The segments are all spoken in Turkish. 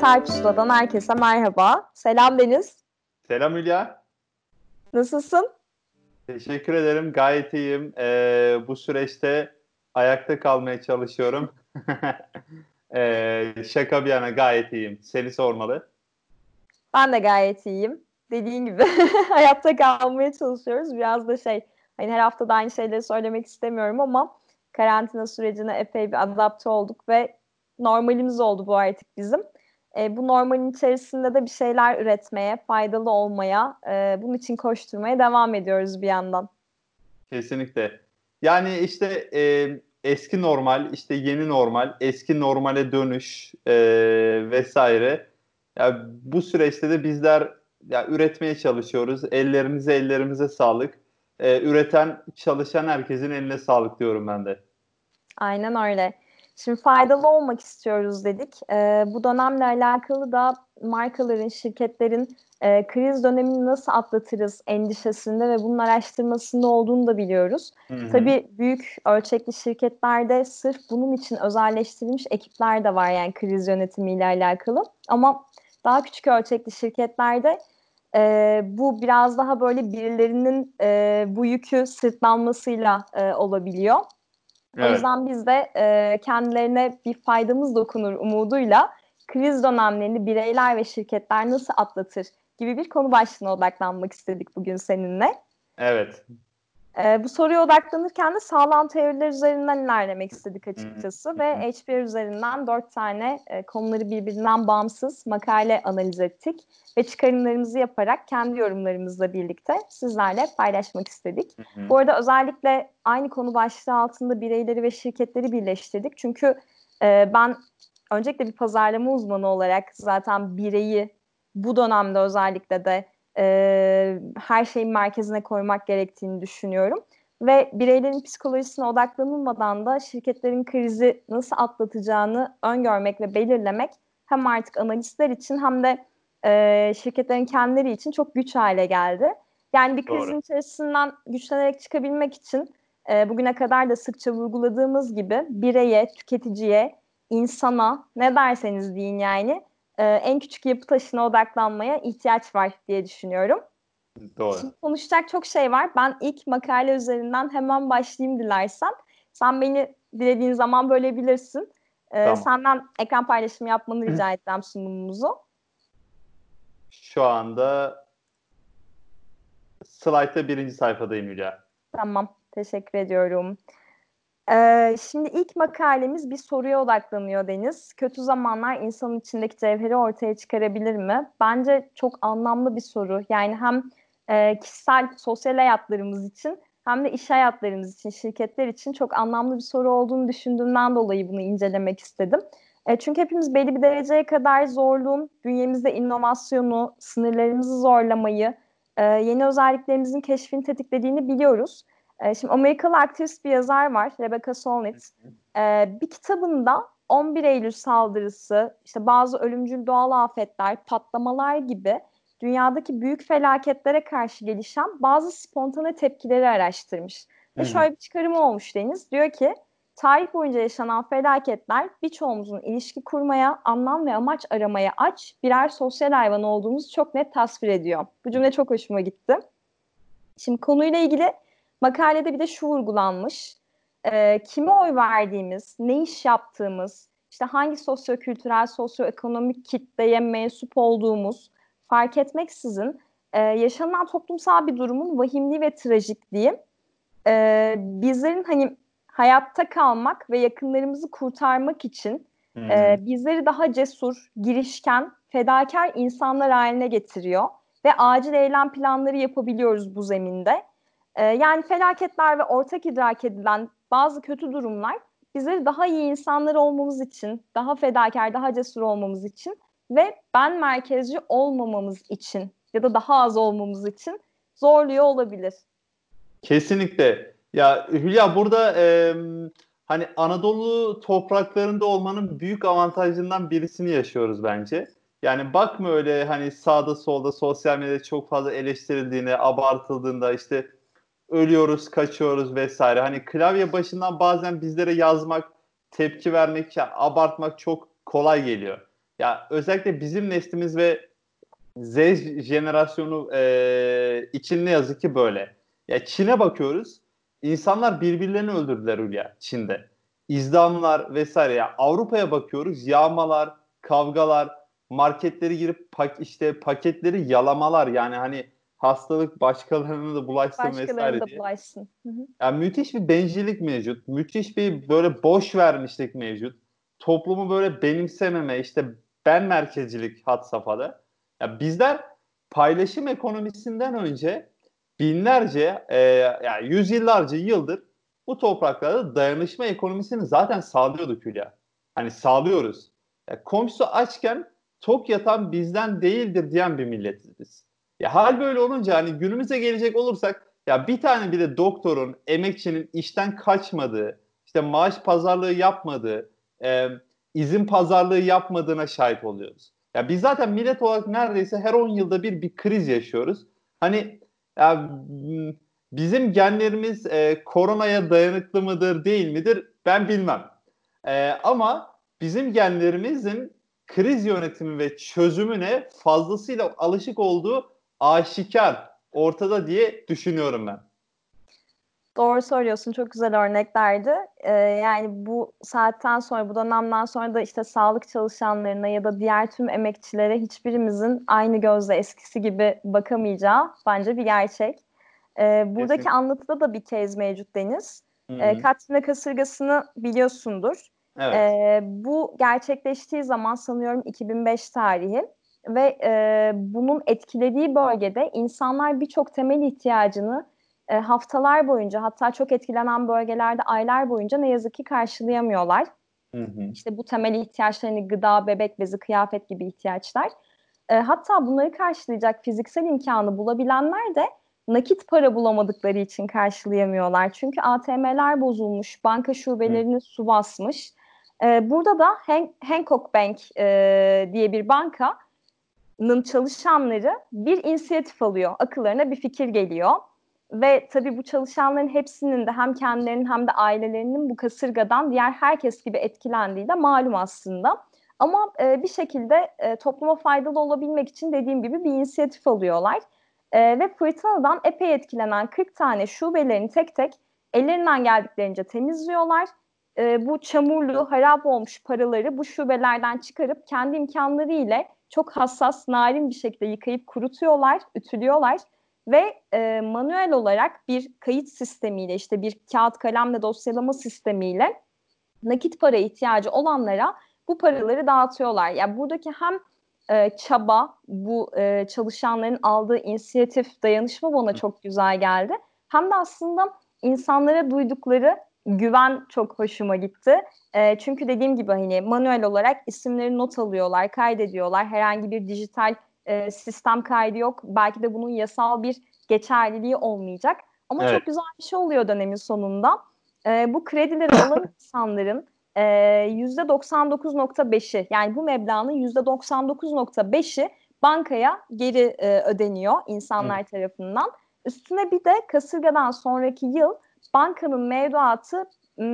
Dijital Pusula'dan herkese merhaba. Selam Deniz. Selam Hülya. Nasılsın? Teşekkür ederim. Gayet iyiyim. Bu süreçte ayakta kalmaya çalışıyorum. Şaka bir yana gayet iyiyim. Seni sormalı. Ben de gayet iyiyim. Dediğin gibi hayatta kalmaya çalışıyoruz. Biraz da hani her hafta da aynı şeyleri söylemek istemiyorum ama karantina sürecine epey bir adapte olduk ve normalimiz oldu bu artık bizim. Bu normalin içerisinde de bir şeyler üretmeye, faydalı olmaya, bunun için koşturmaya devam ediyoruz bir yandan. Kesinlikle. Yani işte eski normal, işte yeni normal, eski normale dönüş vesaire. Ya bu süreçte de bizler ya üretmeye çalışıyoruz. Ellerimize sağlık. Üreten, çalışan herkesin eline sağlık diyorum ben de. Aynen öyle. Şimdi faydalı olmak istiyoruz dedik. Bu dönemle alakalı da markaların, şirketlerin kriz dönemini nasıl atlatırız endişesinde ve bunun araştırmasında olduğunu da biliyoruz. Hı hı. Tabii büyük ölçekli şirketlerde sırf bunun için özelleştirilmiş ekipler de var yani kriz yönetimiyle alakalı. Ama daha küçük ölçekli şirketlerde bu biraz daha böyle birilerinin bu yükü sırtlanmasıyla olabiliyor. O Evet. yüzden biz de kendilerine bir faydamız dokunur umuduyla kriz dönemlerini bireyler ve şirketler nasıl atlatır gibi bir konu başlığına odaklanmak istedik bugün seninle. Evet. Bu soruya odaklanırken de sağlam teoriler üzerinden ilerlemek istedik Hı açıkçası ve hı. HBR üzerinden 4 tane konuları birbirinden bağımsız makale analiz ettik ve çıkarımlarımızı yaparak kendi yorumlarımızla birlikte sizlerle paylaşmak istedik. Hı hı. Bu arada özellikle aynı konu başlığı altında bireyleri ve şirketleri birleştirdik. Çünkü ben öncelikle bir pazarlama uzmanı olarak zaten bireyi bu dönemde özellikle de her şeyin merkezine koymak gerektiğini düşünüyorum. Ve bireylerin psikolojisine odaklanılmadan da şirketlerin krizi nasıl atlatacağını öngörmek ve belirlemek hem artık analistler için hem de şirketlerin kendileri için çok güç hale geldi. Yani bir Doğru. krizin içerisinden güçlenerek çıkabilmek için bugüne kadar da sıkça vurguladığımız gibi bireye, tüketiciye, insana ne derseniz deyin yani en küçük yapı taşına odaklanmaya ihtiyaç var diye düşünüyorum. Doğru. Şimdi konuşacak çok şey var. Ben ilk makale üzerinden hemen başlayayım dilersen. Sen beni dilediğin zaman bölebilirsin. Tamam. Senden ekran paylaşımı yapmanı rica edeceğim sunumumuzu. Şu anda slaytta birinci sayfadayım Hülya. Tamam, teşekkür ediyorum. Şimdi ilk makalemiz bir soruya odaklanıyor Deniz. Kötü zamanlar insanın içindeki cevheri ortaya çıkarabilir mi? Bence çok anlamlı bir soru. Yani hem kişisel, sosyal hayatlarımız için hem de iş hayatlarımız için, şirketler için çok anlamlı bir soru olduğunu düşündüğümden dolayı bunu incelemek istedim. Çünkü hepimiz belli bir dereceye kadar zorluğun bünyemizde inovasyonu, sınırlarımızı zorlamayı, yeni özelliklerimizin keşfini tetiklediğini biliyoruz. Şimdi Amerikalı aktivist bir yazar var, Rebecca Solnit. Bir kitabında 11 Eylül saldırısı, işte bazı ölümcül doğal afetler, patlamalar gibi dünyadaki büyük felaketlere karşı gelişen bazı spontane tepkileri araştırmış. Hı Ve hı. şöyle bir çıkarımı olmuş Deniz. Diyor ki, tarih boyunca yaşanan felaketler birçoğumuzun ilişki kurmaya, anlam ve amaç aramaya aç birer sosyal hayvan olduğumuzu çok net tasvir ediyor. Bu cümle çok hoşuma gitti. Şimdi konuyla ilgili makalede bir de şu vurgulanmış. Kime oy verdiğimiz, ne iş yaptığımız, işte hangi sosyokültürel, sosyoekonomik kitleye mensup olduğumuz fark etmeksizin yaşanan toplumsal bir durumun vahimliği ve trajikliği bizlerin hani hayatta kalmak ve yakınlarımızı kurtarmak için Hı hı. bizleri daha cesur, girişken, fedakar insanlar haline getiriyor ve acil eylem planları yapabiliyoruz bu zeminde. Yani felaketler ve ortak idrak edilen bazı kötü durumlar bizleri daha iyi insanlar olmamız için, daha fedakar, daha cesur olmamız için ve ben merkezci olmamamız için ya da daha az olmamız için zorluyor olabilir. Kesinlikle. Ya Hülya burada hani Anadolu topraklarında olmanın büyük avantajından birisini yaşıyoruz bence. Yani bakma öyle hani sağda solda sosyal medyada çok fazla eleştirildiğine, abartıldığında işte ölüyoruz, kaçıyoruz vesaire. Hani klavye başından bazen bizlere yazmak, tepki vermek, ya abartmak çok kolay geliyor. Ya özellikle bizim neslimiz ve Z jenerasyonu için ne yazık ki böyle. Ya Çin'e bakıyoruz. İnsanlar birbirlerini öldürdüler Hülya Çin'de. İzdamlar vesaire. Ya Avrupa'ya bakıyoruz. Yağmalar, kavgalar, marketleri girip işte paketleri yalamalar. Yani hani hastalık başkalarına da bulaşsın Başkalarının vesaire da diye. bulaşsın. Hı hı. Yani müthiş bir bencillik mevcut. Müthiş bir böyle boş vermişlik mevcut. Toplumu böyle benimsememe, işte ben merkezcilik had safhada. Ya bizler paylaşım ekonomisinden önce binlerce, yani yüzyıllarca yıldır bu topraklarda dayanışma ekonomisini zaten sağlıyorduk Hülya. Hani sağlıyoruz. Ya komşusu açken tok yatan bizden değildir diyen bir milletiz biz. Ya hal böyle olunca hani günümüze gelecek olursak ya bir tane bile doktorun, emekçinin işten kaçmadığı, işte maaş pazarlığı yapmadığı, e, izin pazarlığı yapmadığına şahit oluyoruz. Ya biz zaten millet olarak neredeyse her 10 yılda bir kriz yaşıyoruz. Hani ya, bizim genlerimiz koronaya dayanıklı mıdır, değil midir ben bilmem. Ama bizim genlerimizin kriz yönetimi ve çözümüne fazlasıyla alışık olduğu aşikar ortada diye düşünüyorum ben. Doğru söylüyorsun. Çok güzel örneklerdi. Yani bu saatten sonra, bu dönemden sonra da işte sağlık çalışanlarına ya da diğer tüm emekçilere hiçbirimizin aynı gözle eskisi gibi bakamayacağı bence bir gerçek. Buradaki Kesinlikle. anlatıda da bir kez mevcut Deniz. Hı hı. Katrina kasırgasını biliyorsundur. Evet. Bu gerçekleştiği zaman sanıyorum 2005 tarihi ve bunun etkilediği bölgede insanlar birçok temel ihtiyacını haftalar boyunca, hatta çok etkilenen bölgelerde aylar boyunca ne yazık ki karşılayamıyorlar. Hı hı. İşte bu temel ihtiyaçlarını, gıda, bebek bezi, kıyafet gibi ihtiyaçlar. Hatta bunları karşılayacak fiziksel imkanı bulabilenler de nakit para bulamadıkları için karşılayamıyorlar. Çünkü ATM'ler bozulmuş, banka Hı şubelerini su basmış. Burada da Hancock Bank diye bir bankanın çalışanları bir inisiyatif alıyor. Akıllarına bir fikir geliyor. Ve tabii bu çalışanların hepsinin de hem kendilerinin hem de ailelerinin bu kasırgadan diğer herkes gibi etkilendiği de malum aslında. Ama bir şekilde topluma faydalı olabilmek için dediğim gibi bir inisiyatif alıyorlar. Ve fırtınadan epey etkilenen 40 tane şubelerini tek tek ellerinden geldiklerince temizliyorlar. Bu çamurlu, harap olmuş paraları bu şubelerden çıkarıp kendi imkanları ile çok hassas, narin bir şekilde yıkayıp kurutuyorlar, ütülüyorlar ve manuel olarak bir kayıt sistemiyle, işte bir kağıt kalemle dosyalama sistemiyle nakit para ihtiyacı olanlara bu paraları dağıtıyorlar. Yani buradaki hem çaba, bu çalışanların aldığı inisiyatif, dayanışma bana hı. çok güzel geldi. Hem de aslında insanlara duydukları güven çok hoşuma gitti. Çünkü dediğim gibi hani manuel olarak isimleri not alıyorlar, kaydediyorlar. Herhangi bir dijital sistem kaydı yok. Belki de bunun yasal bir geçerliliği olmayacak. Ama Evet. çok güzel bir şey oluyor dönemin sonunda. Bu kredileri alan insanların %99,5'i, yani bu meblağın %99,5'i bankaya geri ödeniyor Hı. insanlar tarafından. Üstüne bir de kasırgadan sonraki yıl bankanın mevduatı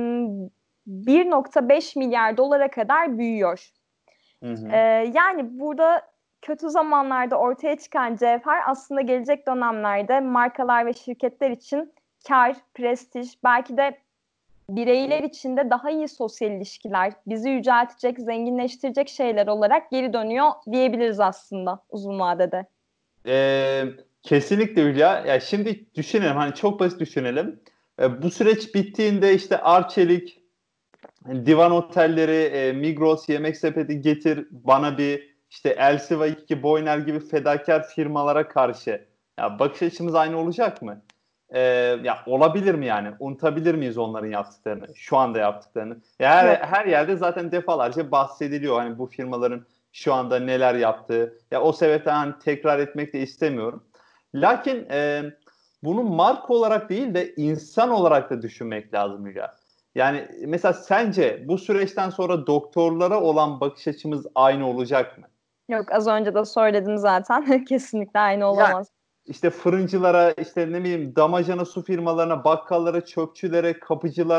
1,5 milyar dolara kadar büyüyor. Hı Ee, hı. Yani burada kötü zamanlarda ortaya çıkan cevher aslında gelecek dönemlerde markalar ve şirketler için kar, prestij, belki de bireyler için de daha iyi sosyal ilişkiler, bizi yüceltecek, zenginleştirecek şeyler olarak geri dönüyor diyebiliriz aslında uzun vadede. Kesinlikle Hülya. Ya şimdi düşünelim, hani çok basit düşünelim. Bu süreç bittiğinde işte Arçelik, divan otelleri, Migros, Yemek Sepeti, Getir, bana bir işte Elsiva 2, Boyner gibi fedakar firmalara karşı ya bakış açımız aynı olacak mı? Ya olabilir mi yani? Unutabilir miyiz onların yaptıklarını? Şu anda yaptıklarını. Ya Yok. her yerde zaten defalarca bahsediliyor hani bu firmaların şu anda neler yaptığı. Ya o sebepten hani tekrar etmek de istemiyorum. Lakin bunu marka olarak değil de insan olarak da düşünmek lazım Hülya. Yani mesela sence bu süreçten sonra doktorlara olan bakış açımız aynı olacak mı? Yok, az önce de söyledim zaten. Kesinlikle aynı Yani olamaz. işte fırıncılara, işte ne bileyim damacana su firmalarına, bakkallara, çöpçülere, kapıcılara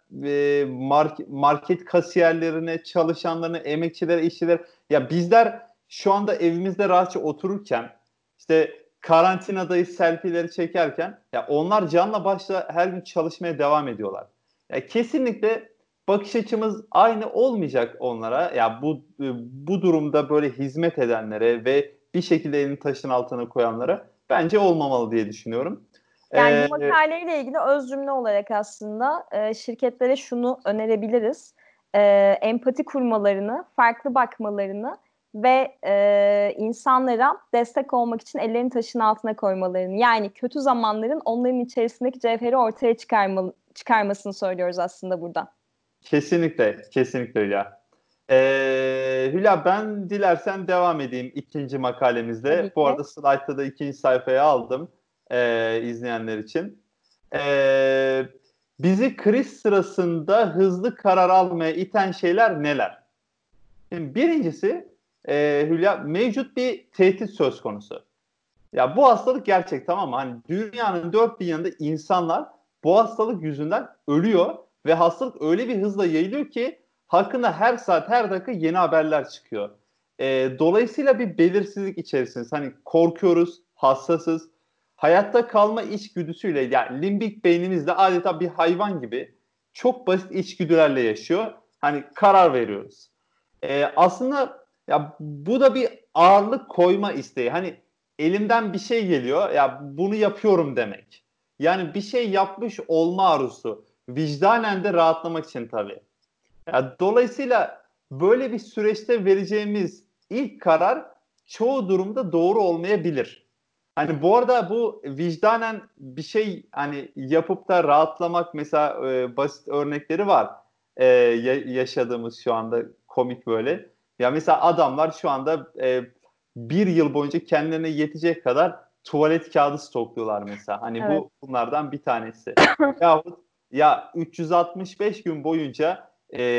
market kasiyerlerine, çalışanlarına, emekçilere, işçilere, ya bizler şu anda evimizde rahatça otururken, işte karantinadayız, selfie'leri çekerken, ya onlar canla başla her gün çalışmaya devam ediyorlar. Ya kesinlikle bakış açımız aynı olmayacak onlara. Ya bu durumda böyle hizmet edenlere ve bir şekilde elini taşın altına koyanlara bence olmamalı diye düşünüyorum. Yani Ee, bu makaleyle ilgili öz cümle olarak aslında şirketlere şunu önerebiliriz. E, Empati kurmalarını, farklı bakmalarını ve insanlara destek olmak için ellerini taşın altına koymalarını. Yani kötü zamanların onların içerisindeki cevheri ortaya çıkarmasını söylüyoruz aslında burada. Kesinlikle, kesinlikle Hülya. Hülya, ben dilersen devam edeyim ikinci Tabii makalemizle. Bu ki. arada slaytta da ikinci sayfaya aldım izleyenler için. Ee, Bizi kriz sırasında hızlı karar almaya iten şeyler neler? Şimdi birincisi, Hülya, mevcut bir tehdit söz konusu. Ya bu hastalık gerçek, tamam mı? Hani dünyanın dört bir yanında insanlar bu hastalık yüzünden ölüyor ve hastalık öyle bir hızla yayılıyor ki hakkında her saat her dakika yeni haberler çıkıyor. Dolayısıyla bir belirsizlik içerisindeyiz. Hani korkuyoruz, hassasız. Hayatta kalma içgüdüsüyle, yani limbik beynimiz de adeta bir hayvan gibi çok basit içgüdülerle yaşıyor. Hani karar veriyoruz. Aslında ya bu da bir ağırlık koyma isteği. Hani elimden bir şey geliyor, ya bunu yapıyorum demek. Yani bir şey yapmış olma arzusu. Vicdanen de rahatlamak için tabii. Ya dolayısıyla böyle bir süreçte vereceğimiz ilk karar çoğu durumda doğru olmayabilir. Hani bu arada bu vicdanen bir şey hani yapıp da rahatlamak, mesela basit örnekleri var. Yaşadığımız şu anda komik böyle. Ya mesela adamlar şu anda bir yıl boyunca kendilerine yetecek kadar tuvalet kağıdı stokluyorlar mesela. Hani Evet. bu bunlardan bir tanesi. Yahut ya 365 gün boyunca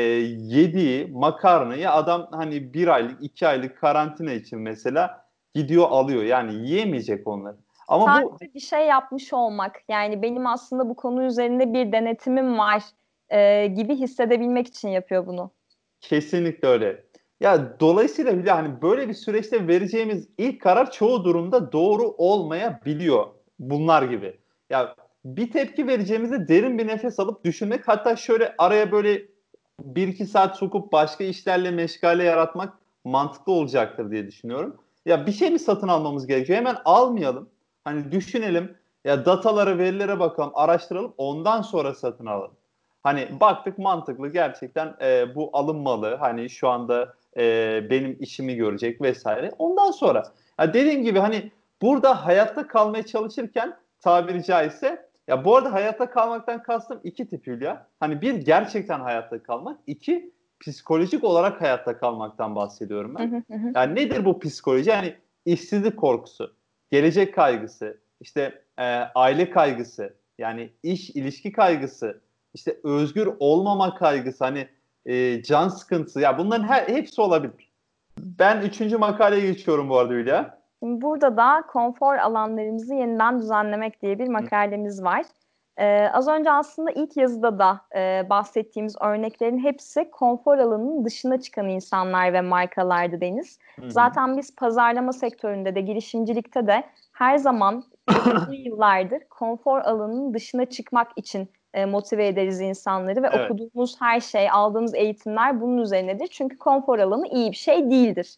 yediği makarnayı adam hani bir aylık, iki aylık karantina için mesela gidiyor alıyor. Yani yiyemeyecek onları. Ama bu Sadece bir şey yapmış olmak, yani benim aslında bu konu üzerinde bir denetimim var gibi hissedebilmek için yapıyor bunu. kesinlikle öyle. Ya dolayısıyla bile hani böyle bir süreçte vereceğimiz ilk karar çoğu durumda doğru olmayabiliyor. Bunlar gibi. Ya bir tepki vereceğimizde derin bir nefes alıp düşünmek, hatta şöyle araya böyle bir iki saat sokup başka işlerle meşgale yaratmak mantıklı olacaktır diye düşünüyorum. Ya bir şey mi satın almamız gerekiyor? Hemen almayalım. Hani düşünelim. Ya datalara, verilere bakalım, araştıralım. Ondan sonra satın alalım. Hani baktık mantıklı, gerçekten bu alınmalı. Hani şu anda benim işimi görecek vesaire. Ondan sonra ya dediğim gibi hani burada hayatta kalmaya çalışırken, tabiri caizse, ya bu arada hayatta kalmaktan kastım iki tip Hülya. Hani bir, gerçekten hayatta kalmak. İki, psikolojik olarak hayatta kalmaktan bahsediyorum Hı ben. hı hı. Hı. Yani nedir bu psikoloji? Yani işsizlik korkusu, gelecek kaygısı, işte aile kaygısı, yani iş ilişki kaygısı, işte özgür olmama kaygısı, hani can sıkıntısı. Ya bunların hepsi olabilir. Ben üçüncü makaleye geçiyorum bu arada Hülya. Şimdi burada da konfor alanlarımızı yeniden düzenlemek diye bir makalemiz var. Az önce aslında ilk yazıda da bahsettiğimiz örneklerin hepsi konfor alanının dışına çıkan insanlar ve markalardı Deniz. Hı hı. Zaten biz pazarlama sektöründe de girişimcilikte de her zaman uzun yıllardır konfor alanının dışına çıkmak için motive ederiz insanları ve Evet. okuduğumuz her şey, aldığımız eğitimler bunun üzerinedir. Çünkü konfor alanı iyi bir şey değildir.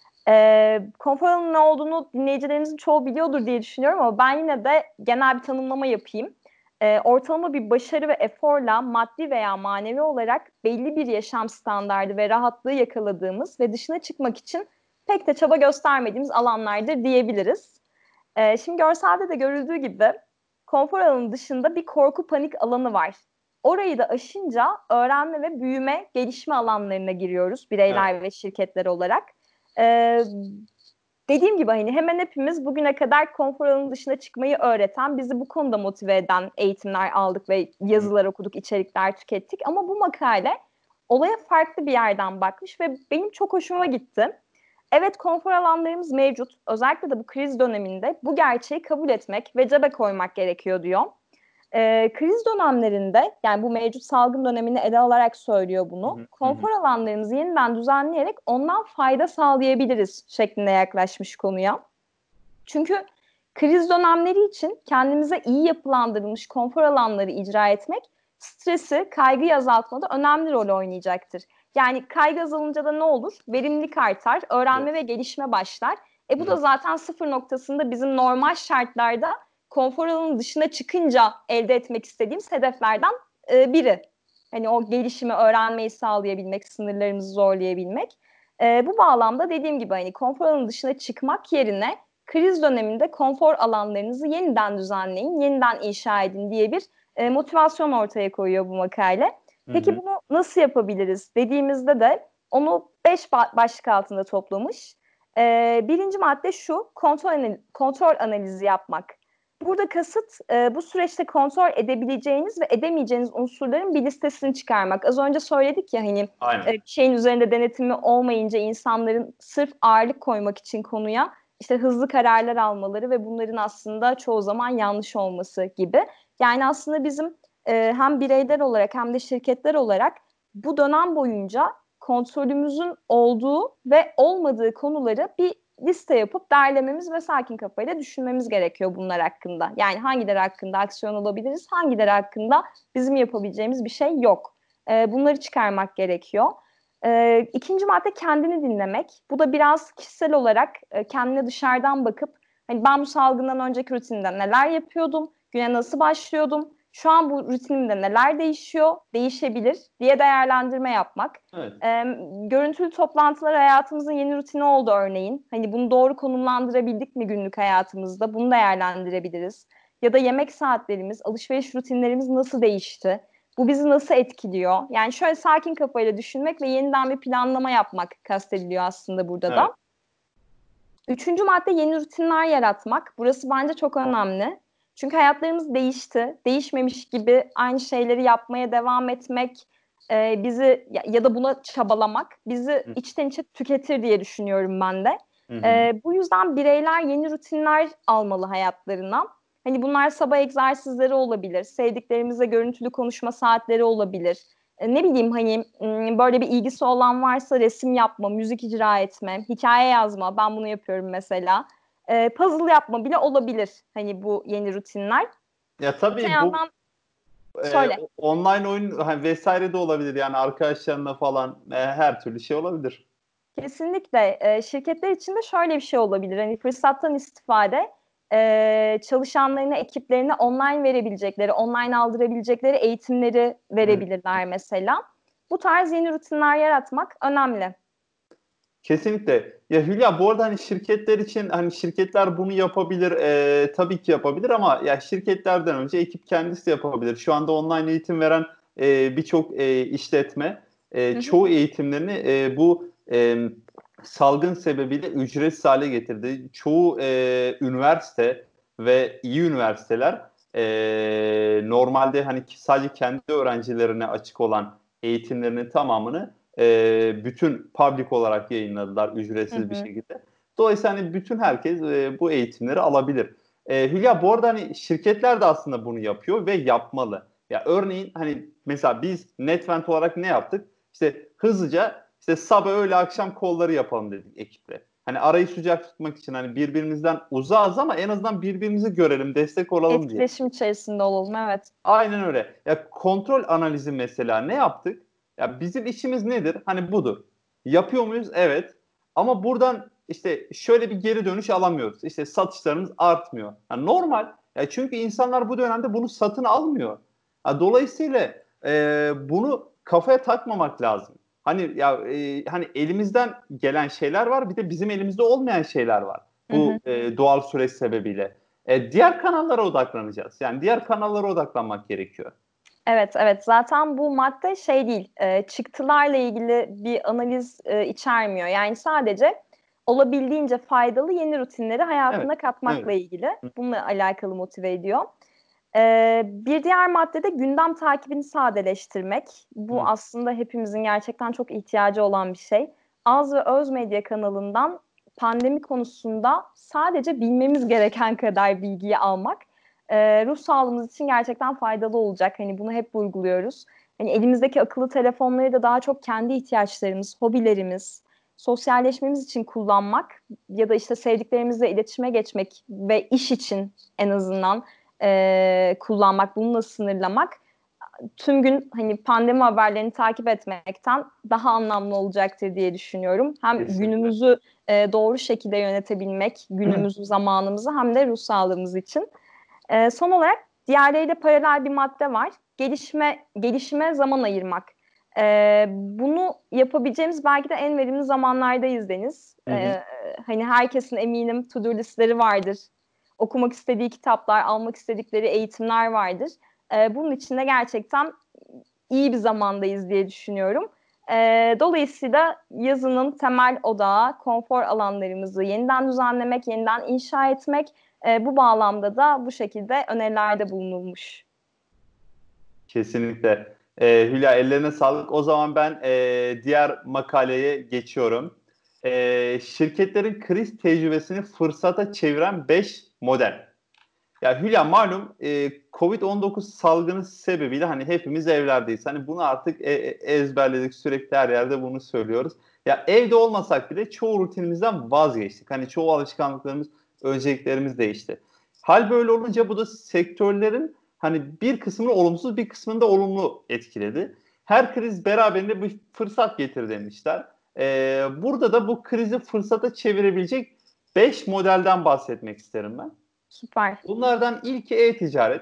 Konfor alanının ne olduğunu dinleyicilerimizin çoğu biliyordur diye düşünüyorum ama ben yine de genel bir tanımlama yapayım. Ortalama bir başarı ve eforla maddi veya manevi olarak belli bir yaşam standardı ve rahatlığı yakaladığımız ve dışına çıkmak için pek de çaba göstermediğimiz alanlardır diyebiliriz. Şimdi görselde de görüldüğü gibi konfor alanının dışında bir korku panik alanı var. Orayı da aşınca öğrenme ve büyüme, gelişme alanlarına giriyoruz Evet. bireyler ve şirketler olarak. Ee, Dediğim gibi hani hemen hepimiz bugüne kadar konfor alanının dışına çıkmayı öğreten, bizi bu konuda motive eden eğitimler aldık ve yazılar okuduk, içerikler tükettik. Ama bu makale olaya farklı bir yerden bakmış ve benim çok hoşuma gitti. Evet, konfor alanlarımız mevcut. Özellikle de bu kriz döneminde bu gerçeği kabul etmek ve cebe koymak gerekiyor diyor. Kriz dönemlerinde, yani bu mevcut salgın dönemini ele alarak söylüyor Hı bunu. hı, hı hı. Konfor alanlarımızı yeniden düzenleyerek ondan fayda sağlayabiliriz şeklinde yaklaşmış konuya. Çünkü kriz dönemleri için kendimize iyi yapılandırılmış konfor alanları icra etmek stresi, kaygıyı azaltmada önemli rol oynayacaktır. Yani kaygı azalınca da ne olur? Verimlilik artar, öğrenme ve Evet. gelişme başlar. Hı Bu da hı. zaten sıfır noktasında bizim normal şartlarda konfor alanının dışına çıkınca elde etmek istediğimiz hedeflerden biri. Hani o gelişimi, öğrenmeyi sağlayabilmek, sınırlarımızı zorlayabilmek. Bu bağlamda dediğim gibi hani konfor alanının dışına çıkmak yerine kriz döneminde konfor alanlarınızı yeniden düzenleyin, yeniden inşa edin diye bir motivasyon ortaya koyuyor bu makale. Hı Peki hı. bunu nasıl yapabiliriz dediğimizde de onu 5 başlık altında toplamış. Birinci madde şu, kontrol analizi yapmak. Burada kasıt bu süreçte kontrol edebileceğiniz ve edemeyeceğiniz unsurların bir listesini çıkarmak. Az önce söyledik ya hani Aynen. bir şeyin üzerinde denetimi olmayınca insanların sırf ağırlık koymak için konuya işte hızlı kararlar almaları ve bunların aslında çoğu zaman yanlış olması gibi. Yani aslında bizim hem bireyler olarak hem de şirketler olarak bu dönem boyunca kontrolümüzün olduğu ve olmadığı konuları bir liste yapıp derlememiz ve sakin kafayla düşünmemiz gerekiyor bunlar hakkında. Yani hangileri hakkında aksiyon alabiliriz, hangileri hakkında bizim yapabileceğimiz bir şey yok. Bunları çıkarmak gerekiyor. İkinci madde kendini dinlemek. Bu da biraz kişisel olarak kendine dışarıdan bakıp hani ben bu salgından önceki rutinimde neler yapıyordum, güne nasıl başlıyordum, şu an bu rutinimde neler değişiyor, değişebilir diye değerlendirme yapmak. Evet. Görüntülü toplantılar hayatımızın yeni rutini oldu örneğin. Hani bunu doğru konumlandırabildik mi günlük hayatımızda? Bunu değerlendirebiliriz. Ya da yemek saatlerimiz, alışveriş rutinlerimiz nasıl değişti? Bu bizi nasıl etkiliyor? Yani şöyle sakin kafayla düşünmek ve yeniden bir planlama yapmak kastediliyor aslında burada Evet. da. Üçüncü madde yeni rutinler yaratmak. Burası bence çok önemli. Çünkü hayatlarımız değişti. Değişmemiş gibi aynı şeyleri yapmaya devam etmek bizi ya da buna çabalamak bizi Hı içten içe tüketir diye düşünüyorum ben de. hı. Hı. Bu yüzden bireyler yeni rutinler almalı hayatlarına. Hani bunlar sabah egzersizleri olabilir, sevdiklerimizle görüntülü konuşma saatleri olabilir. Ne bileyim hani böyle bir ilgisi olan varsa resim yapma, müzik icra etme, hikaye yazma. Ben bunu yapıyorum mesela. Puzzle yapma bile olabilir hani bu yeni rutinler. Ya Öte tabii bu yandan söyle. online oyun hani vesaire de olabilir yani arkadaşlarına falan her türlü şey olabilir. Kesinlikle. Şirketler için de şöyle bir şey olabilir. Hani fırsattan istifade çalışanlarına, ekiplerine online verebilecekleri, online aldırabilecekleri eğitimleri Evet. verebilirler mesela. Bu tarz yeni rutinler yaratmak önemli. Kesinlikle. Ya Hülya bu arada hani şirketler için hani şirketler bunu yapabilir tabii ki yapabilir ama ya şirketlerden önce ekip kendisi yapabilir. Şu anda online eğitim veren birçok işletme Hı hı. çoğu eğitimlerini bu salgın sebebiyle ücretsiz hale getirdi. Çoğu üniversite ve iyi üniversiteler normalde hani sadece kendi öğrencilerine açık olan eğitimlerinin tamamını bütün public olarak yayınladılar Hı ücretsiz bir hı. şekilde. Dolayısıyla hani bütün herkes bu eğitimleri alabilir. Hülya bu arada hani şirketler de aslında bunu yapıyor ve yapmalı. Ya örneğin hani mesela biz Netvent olarak ne yaptık? İşte hızlıca işte sabah öğle akşam kolları yapalım dedik ekiple. Hani arayı sıcak tutmak için hani birbirimizden uzağız ama en azından birbirimizi görelim, destek olalım diye. Etkileşim içerisinde olalım, evet. Aynen öyle. Ya kontrol analizi mesela ne yaptık? Ya bizim işimiz nedir? Hani budur. Yapıyor muyuz? Evet. Ama buradan işte şöyle bir geri dönüş alamıyoruz. İşte satışlarımız artmıyor. Ya normal. Ya çünkü insanlar bu dönemde bunu satın almıyor. Ya dolayısıyla bunu kafaya takmamak lazım. Hani ya hani elimizden gelen şeyler var, bir de bizim elimizde olmayan şeyler var. Hı hı. Bu doğal süreç sebebiyle. Diğer kanallara odaklanacağız. Yani diğer kanallara odaklanmak gerekiyor. Evet, evet. Zaten bu madde şey değil, çıktılarla ilgili bir analiz içermiyor. Yani sadece olabildiğince faydalı yeni rutinleri Evet, hayatına evet. katmakla ilgili. Bununla alakalı motive ediyor. Bir diğer madde de gündem takibini sadeleştirmek. Bu Hı. aslında hepimizin gerçekten çok ihtiyacı olan bir şey. Az ve Öz Medya kanalından pandemi konusunda sadece bilmemiz gereken kadar bilgiyi almak. ruh sağlığımız için gerçekten faydalı olacak. Hani bunu hep vurguluyoruz. Hani elimizdeki akıllı telefonları da daha çok kendi ihtiyaçlarımız, hobilerimiz, sosyalleşmemiz için kullanmak ya da işte sevdiklerimizle iletişime geçmek ve iş için en azından kullanmak, bununla sınırlamak tüm gün hani pandemi haberlerini takip etmekten daha anlamlı olacaktır diye düşünüyorum. Hem Kesinlikle. günümüzü doğru şekilde yönetebilmek, günümüzü, zamanımızı hem de ruh sağlığımız için. Son olarak diğerleriyle paralel bir madde var. Gelişime zaman ayırmak. Bunu yapabileceğimiz belki de en verimli zamanlardayız Deniz. Hı hı. Hani herkesin eminim to-do listleri vardır. Okumak istediği kitaplar, almak istedikleri eğitimler vardır. Bunun için de gerçekten iyi bir zamandayız diye düşünüyorum. Dolayısıyla yazının temel odağı konfor alanlarımızı yeniden düzenlemek, yeniden inşa etmek. Bu bağlamda da bu şekilde önerilerde bulunulmuş. Kesinlikle. Hülya, ellerine sağlık. O zaman ben diğer makaleye geçiyorum. Şirketlerin kriz tecrübesini fırsata çeviren 5 model. Ya Hülya, malum Covid-19 salgını sebebiyle hani hepimiz evlerdeyiz. Hani bunu artık ezberledik, sürekli her yerde bunu söylüyoruz. Ya evde olmasak bile çoğu rutinimizden vazgeçtik. Hani çoğu alışkanlıklarımız, önceliklerimiz değişti. Hal böyle olunca bu da sektörlerin hani bir kısmını olumsuz, bir kısmını da olumlu etkiledi. Her kriz beraberinde bir fırsat getir demişler. Burada da bu krizi fırsata çevirebilecek 5 modelden bahsetmek isterim ben. Süper. Bunlardan ilki e-ticaret.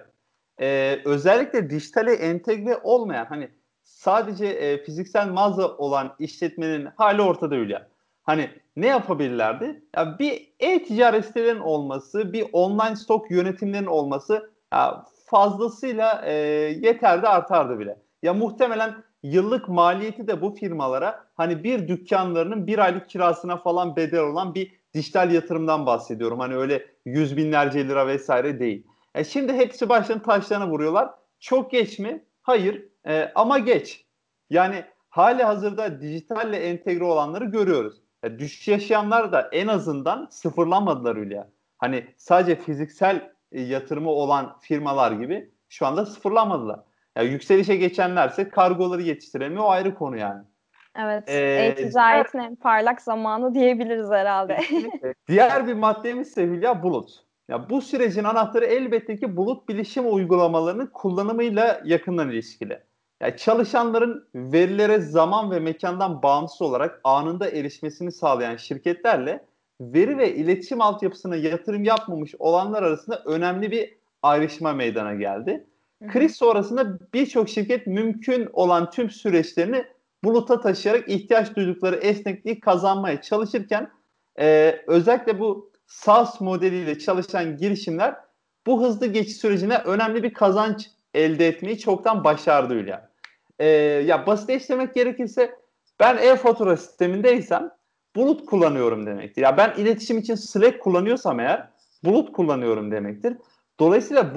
Özellikle dijitale entegre olmayan, hani sadece fiziksel mağaza olan işletmenin hali ortada Hülya. Hani ne yapabilirlerdi? Ya bir e-ticaret sitelerinin olması, bir online stok yönetimlerinin olması ya fazlasıyla yeterdi, artardı bile. Ya muhtemelen yıllık maliyeti de bu firmalara hani bir dükkanlarının bir aylık kirasına falan bedel olan bir dijital yatırımdan bahsediyorum. Hani öyle yüz binlerce lira vesaire değil. Şimdi hepsi başlarının taşlarına vuruyorlar. Çok geç mi? Hayır. Ama geç. Yani hali hazırda dijitalle entegre olanları görüyoruz. Düşüş yaşayanlar da en azından sıfırlanmadılar Hülya. Hani sadece fiziksel yatırımı olan firmalar gibi şu anda sıfırlanmadılar. Yükselişe geçenlerse kargoları yetiştiremiyor, o ayrı konu yani. Evet, Diğer e-ticaretin en parlak zamanı diyebiliriz herhalde. Kesinlikle. Diğer bir maddemiz ise Hülya, bulut. Ya bu sürecin anahtarı elbette ki bulut bilişim uygulamalarının kullanımıyla yakından ilişkili. Ya çalışanların verilere zaman ve mekandan bağımsız olarak anında erişmesini sağlayan şirketlerle veri ve iletişim altyapısına yatırım yapmamış olanlar arasında önemli bir ayrışma meydana geldi. Hı hı. Kriz sonrasında birçok şirket mümkün olan tüm süreçlerini buluta taşıyarak ihtiyaç duydukları esnekliği kazanmaya çalışırken özellikle bu SaaS modeliyle çalışan girişimler bu hızlı geçiş sürecine önemli bir kazanç elde etmeyi çoktan başardı Hülya. Ya basitleştirmek gerekirse ben e-fatura sistemindeysem bulut kullanıyorum demektir. Ya ben iletişim için Slack kullanıyorsam eğer bulut kullanıyorum demektir. Dolayısıyla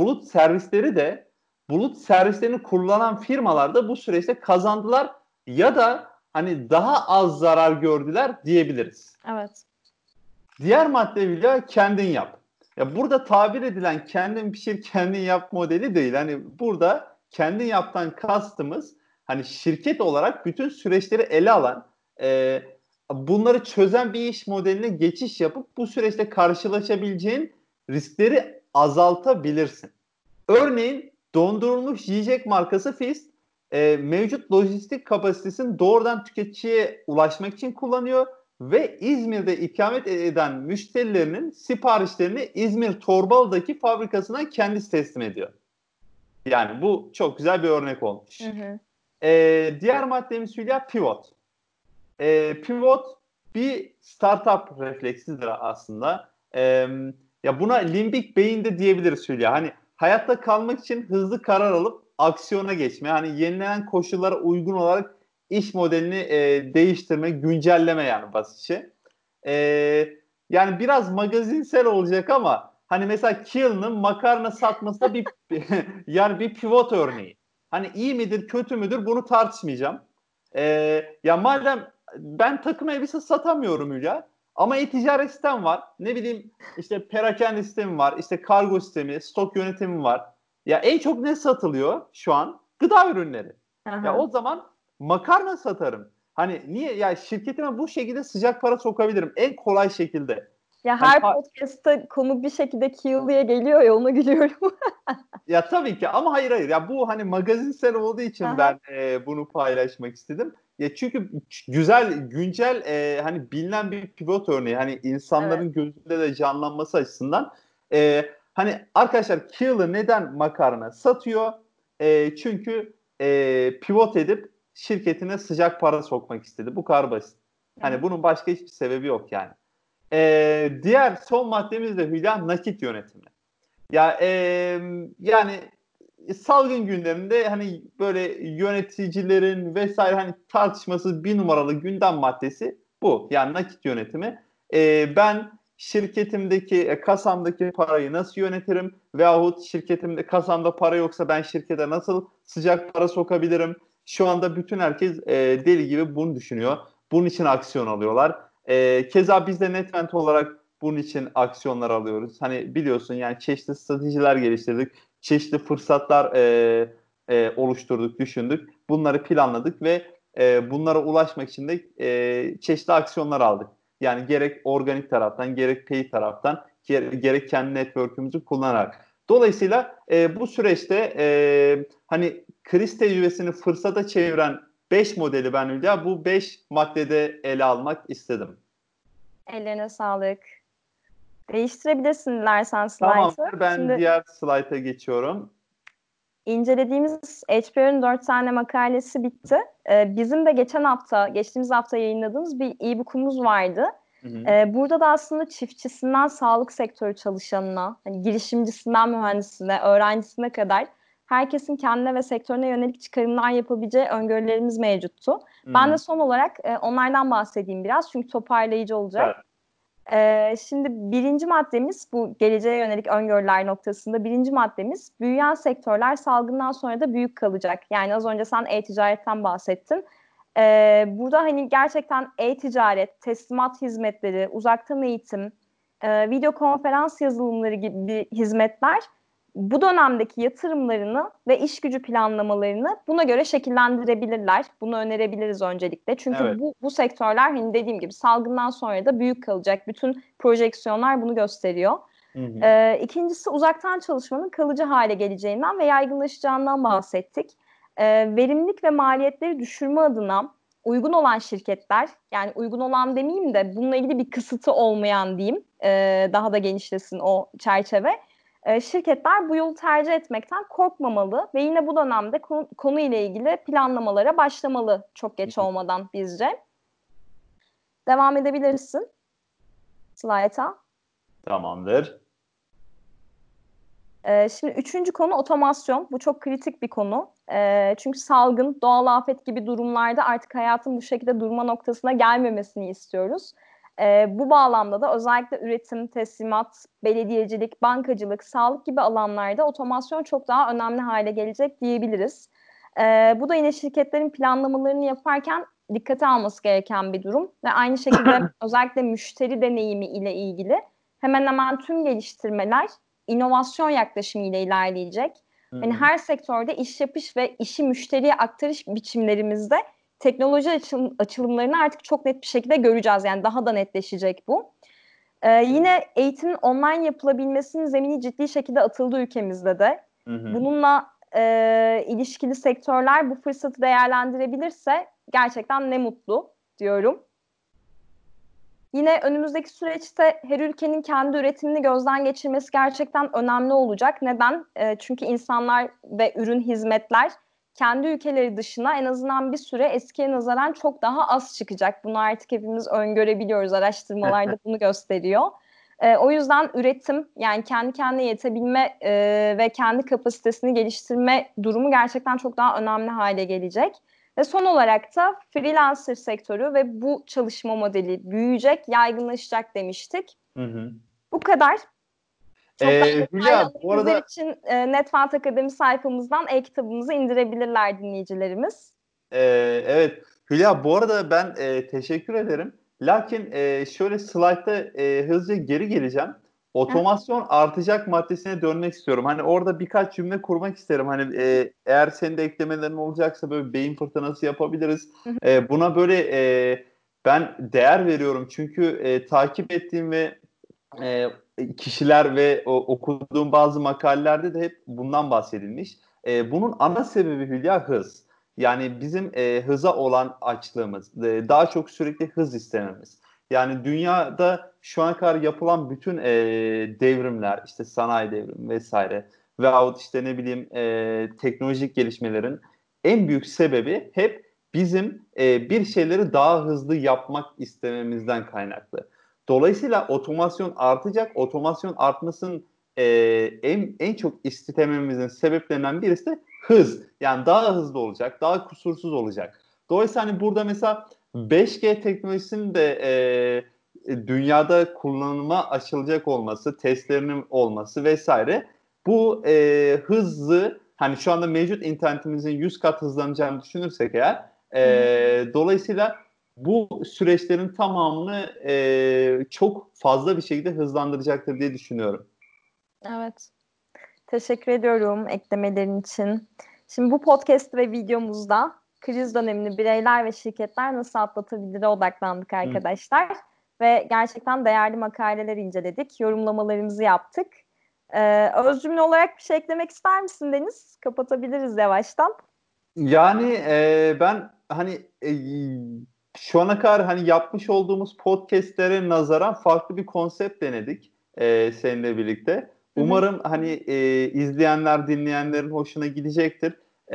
bulut servislerini kullanan firmalar da bu süreçte kazandılar ya da hani daha az zarar gördüler diyebiliriz. Evet. Diğer madde bile kendin yap. Ya burada tabir edilen kendin pişir kendin yap modeli değil. Hani burada kendin yaptan kastımız hani şirket olarak bütün süreçleri ele alan, bunları çözen bir iş modeline geçiş yapıp bu süreçte karşılaşabileceğin riskleri azaltabilirsin. Örneğin dondurulmuş yiyecek markası Fist mevcut lojistik kapasitesini doğrudan tüketiciye ulaşmak için kullanıyor ve İzmir'de ikamet eden müşterilerinin siparişlerini İzmir Torbalı'daki fabrikasından kendisi teslim ediyor. Yani bu çok güzel bir örnek olmuş. Hı hı. Diğer maddemiz Hülya, pivot. Pivot bir startup refleksidir aslında. Ya buna limbik beyin de diyebiliriz Hülya. Hani hayatta kalmak için hızlı karar alıp aksiyona geçme. Hani yenilenen koşullara uygun olarak iş modelini değiştirme, güncelleme yani basitçe. E, Yani biraz magazinsel olacak ama hani mesela Keel'ın makarna satması da bir yani bir pivot örneği. Hani iyi midir, kötü müdür bunu tartışmayacağım. Ya madem ben takım elbise satamıyorum Hülya. Ama e-ticaret sistem var. Ne bileyim işte perakende sistemi var. İşte kargo sistemi, stok yönetimi var. Ya en çok ne satılıyor şu an? Gıda ürünleri. Ya Aha. o zaman makarna satarım. Hani niye? Ya şirketime bu şekilde sıcak para sokabilirim. En kolay şekilde. Ya Hani her podcast'ta konu bir şekilde Kill diye geliyor ya, ona gülüyorum. ya tabii ki ama hayır. Ya bu hani magazinsel olduğu için Aha. ben bunu paylaşmak istedim. Ya çünkü güzel, güncel hani bilinen bir pivot örneği. Hani Evet. insanların gözünde de canlanması açısından. Hani arkadaşlar Keel'ı neden makarna satıyor? Çünkü pivot edip şirketine sıcak para sokmak istedi. Bu kadar basit. Hani Aha. bunun başka hiçbir sebebi yok yani. Diğer son maddemiz de Hülya nakit yönetimi. Ya yani salgın günlerinde hani böyle yöneticilerin vesaire hani tartışması bir numaralı gündem maddesi bu. Yani nakit yönetimi. Ben şirketimdeki kasamdaki parayı nasıl yönetirim? Veyahut şirketimde kasamda para yoksa ben şirkete nasıl sıcak para sokabilirim? Şu anda bütün herkes deli gibi bunu düşünüyor. Bunun için aksiyon alıyorlar. Keza biz de Netvent olarak bunun için aksiyonlar alıyoruz. Hani biliyorsun yani çeşitli stratejiler geliştirdik. Çeşitli fırsatlar oluşturduk, düşündük. Bunları planladık ve bunlara ulaşmak için de çeşitli aksiyonlar aldık. Yani gerek organik taraftan, gerek paid taraftan, gerek kendi network'ümüzü kullanarak. Dolayısıyla bu süreçte hani kriz tecrübesini fırsata çeviren 5 modeli ben Hülya bu 5 maddede ele almak istedim. Ellerine sağlık. Değiştirebilirsin dilersen slaytı. Tamamdır. Ben Şimdi diğer slayta geçiyorum. incelediğimiz HBR'ın 4 tane makalesi bitti. Bizim de geçtiğimiz hafta yayınladığımız bir e-book'umuz vardı. Hı hı. Burada da aslında çiftçisinden sağlık sektörü çalışanına, hani girişimcisinden mühendisine, öğrencisine kadar herkesin kendine ve sektörüne yönelik çıkarımlar yapabileceği öngörülerimiz mevcuttu. Hı Ben de hı. son olarak onlardan bahsedeyim biraz, çünkü toparlayıcı olacak. Süper. Şimdi birinci maddemiz, bu geleceğe yönelik öngörüler noktasında birinci maddemiz, büyüyen sektörler salgından sonra da büyük kalacak. Yani az önce sen e-ticaretten bahsettin. Burada hani gerçekten e-ticaret, teslimat hizmetleri, uzaktan eğitim, video konferans yazılımları gibi hizmetler bu dönemdeki yatırımlarını ve iş gücü planlamalarını buna göre şekillendirebilirler. Bunu önerebiliriz öncelikle. Çünkü Evet. bu sektörler hani dediğim gibi salgından sonra da büyük kalacak. Bütün projeksiyonlar bunu gösteriyor. Hı hı. İkincisi, uzaktan çalışmanın kalıcı hale geleceğinden ve yaygınlaşacağından bahsettik. Verimlilik ve maliyetleri düşürme adına uygun olan şirketler, yani uygun olan demeyeyim de bununla ilgili bir kısıtı olmayan diyeyim, daha da genişlesin o çerçeve. Şirketler bu yolu tercih etmekten korkmamalı ve yine bu dönemde konu ile ilgili planlamalara başlamalı, çok Hı geç hı. olmadan bizce. Devam edebilirsin slayta. Tamamdır. Şimdi üçüncü konu otomasyon. Bu çok kritik bir konu. Çünkü salgın, doğal afet gibi durumlarda artık hayatın bu şekilde durma noktasına gelmemesini istiyoruz. Bu bağlamda da özellikle üretim, teslimat, belediyecilik, bankacılık, sağlık gibi alanlarda otomasyon çok daha önemli hale gelecek diyebiliriz. Bu da yine şirketlerin planlamalarını yaparken dikkate alması gereken bir durum ve aynı şekilde özellikle müşteri deneyimi ile ilgili hemen hemen tüm geliştirmeler inovasyon yaklaşımıyla ilerleyecek. Hı Hani hı. her sektörde iş yapış ve işi müşteriye aktarış biçimlerimizde teknoloji açılımlarını artık çok net bir şekilde göreceğiz. Yani daha da netleşecek bu. Yine eğitimin online yapılabilmesinin zemini ciddi şekilde atıldı ülkemizde de. Hı hı. Bununla ilişkili sektörler bu fırsatı değerlendirebilirse gerçekten ne mutlu diyorum. Yine önümüzdeki süreçte her ülkenin kendi üretimini gözden geçirmesi gerçekten önemli olacak. Neden? Çünkü insanlar ve ürün, hizmetler kendi ülkeleri dışına en azından bir süre eskiye nazaran çok daha az çıkacak. Bunu artık hepimiz öngörebiliyoruz. Araştırmalar da bunu gösteriyor. O yüzden üretim, yani kendi kendine yetebilme ve kendi kapasitesini geliştirme durumu gerçekten çok daha önemli hale gelecek. Ve son olarak da freelancer sektörü ve bu çalışma modeli büyüyecek, yaygınlaşacak demiştik. Hı hı. Bu kadar. Çok daha detaylı Hülya bu analizler arada için Netfant Akademi sayfamızdan e-kitabımızı indirebilirler dinleyicilerimiz. evet Hülya bu arada ben teşekkür ederim. Lakin şöyle slaytta hızlıca geri geleceğim. Heh. Otomasyon artacak maddesine dönmek istiyorum. Hani orada birkaç cümle kurmak isterim. Hani eğer senin de eklemelerin olacaksa böyle beyin fırtınası yapabiliriz. Buna böyle ben değer veriyorum. Çünkü takip ettiğim ve e, kişiler ve okuduğum bazı makalelerde de hep bundan bahsedilmiş. Bunun ana sebebi Hülya hız. Yani bizim hıza olan açlığımız, daha çok sürekli hız istememiz. Yani dünyada şu ana kadar yapılan bütün devrimler, işte sanayi devrimi vesaire veyahut işte ne bileyim teknolojik gelişmelerin en büyük sebebi hep bizim bir şeyleri daha hızlı yapmak istememizden kaynaklı. Dolayısıyla otomasyon artacak. Otomasyon artmasının e, en çok istememizin sebeplerinden birisi de hız. Yani daha hızlı olacak, daha kusursuz olacak. Dolayısıyla hani burada mesela 5G teknolojisinin de dünyada kullanıma açılacak olması, testlerinin olması vesaire bu hızı hani şu anda mevcut internetimizin 100 kat hızlanacağını düşünürsek eğer dolayısıyla bu süreçlerin tamamını çok fazla bir şekilde hızlandıracaktır diye düşünüyorum. Evet. Teşekkür ediyorum eklemelerin için. Şimdi bu podcast ve videomuzda kriz dönemini bireyler ve şirketler nasıl atlatabilir'e odaklandık Hı. arkadaşlar. Ve gerçekten değerli makaleler inceledik, yorumlamalarımızı yaptık. Öz cümle olarak bir şey eklemek ister misin Deniz? Kapatabiliriz yavaştan. Yani ben hani şu ana kadar hani yapmış olduğumuz podcastlere nazaran farklı bir konsept denedik seninle birlikte. Hı hı. Umarım hani izleyenler, dinleyenlerin hoşuna gidecektir.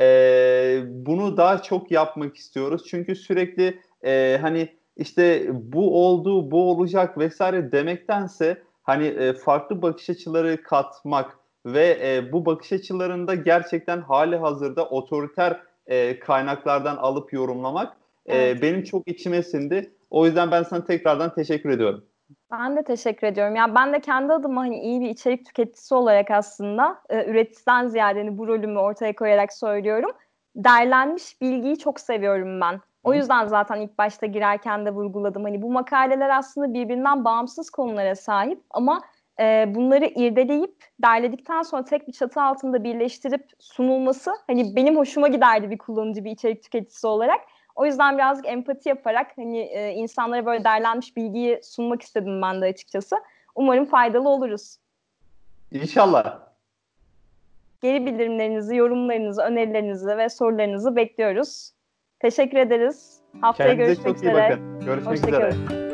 Bunu daha çok yapmak istiyoruz. Çünkü sürekli hani işte bu oldu, bu olacak vesaire demektense hani farklı bakış açıları katmak ve bu bakış açılarında gerçekten hali hazırda otoriter kaynaklardan alıp yorumlamak Evet. benim çok içime sindi. O yüzden ben sana tekrardan teşekkür ediyorum. Ben de teşekkür ediyorum. Ya ben de kendi adıma hani iyi bir içerik tüketicisi olarak aslında üreticiden ziyade hani bu rolümü ortaya koyarak söylüyorum. Derlenmiş bilgiyi çok seviyorum ben. O Hı? yüzden zaten ilk başta girerken de vurguladım. Hani bu makaleler aslında birbirinden bağımsız konulara sahip ama bunları irdeleyip derledikten sonra tek bir çatı altında birleştirip sunulması hani benim hoşuma giderdi bir kullanıcı, bir içerik tüketicisi olarak. O yüzden birazcık empati yaparak hani insanlara böyle derlenmiş bilgiyi sunmak istedim ben de açıkçası. Umarım faydalı oluruz. İnşallah. Geri bildirimlerinizi, yorumlarınızı, önerilerinizi ve sorularınızı bekliyoruz. Teşekkür ederiz. Haftaya Kendinize görüşmek çok iyi üzere. bakın. Görüşmek üzere. Hoşçakalın.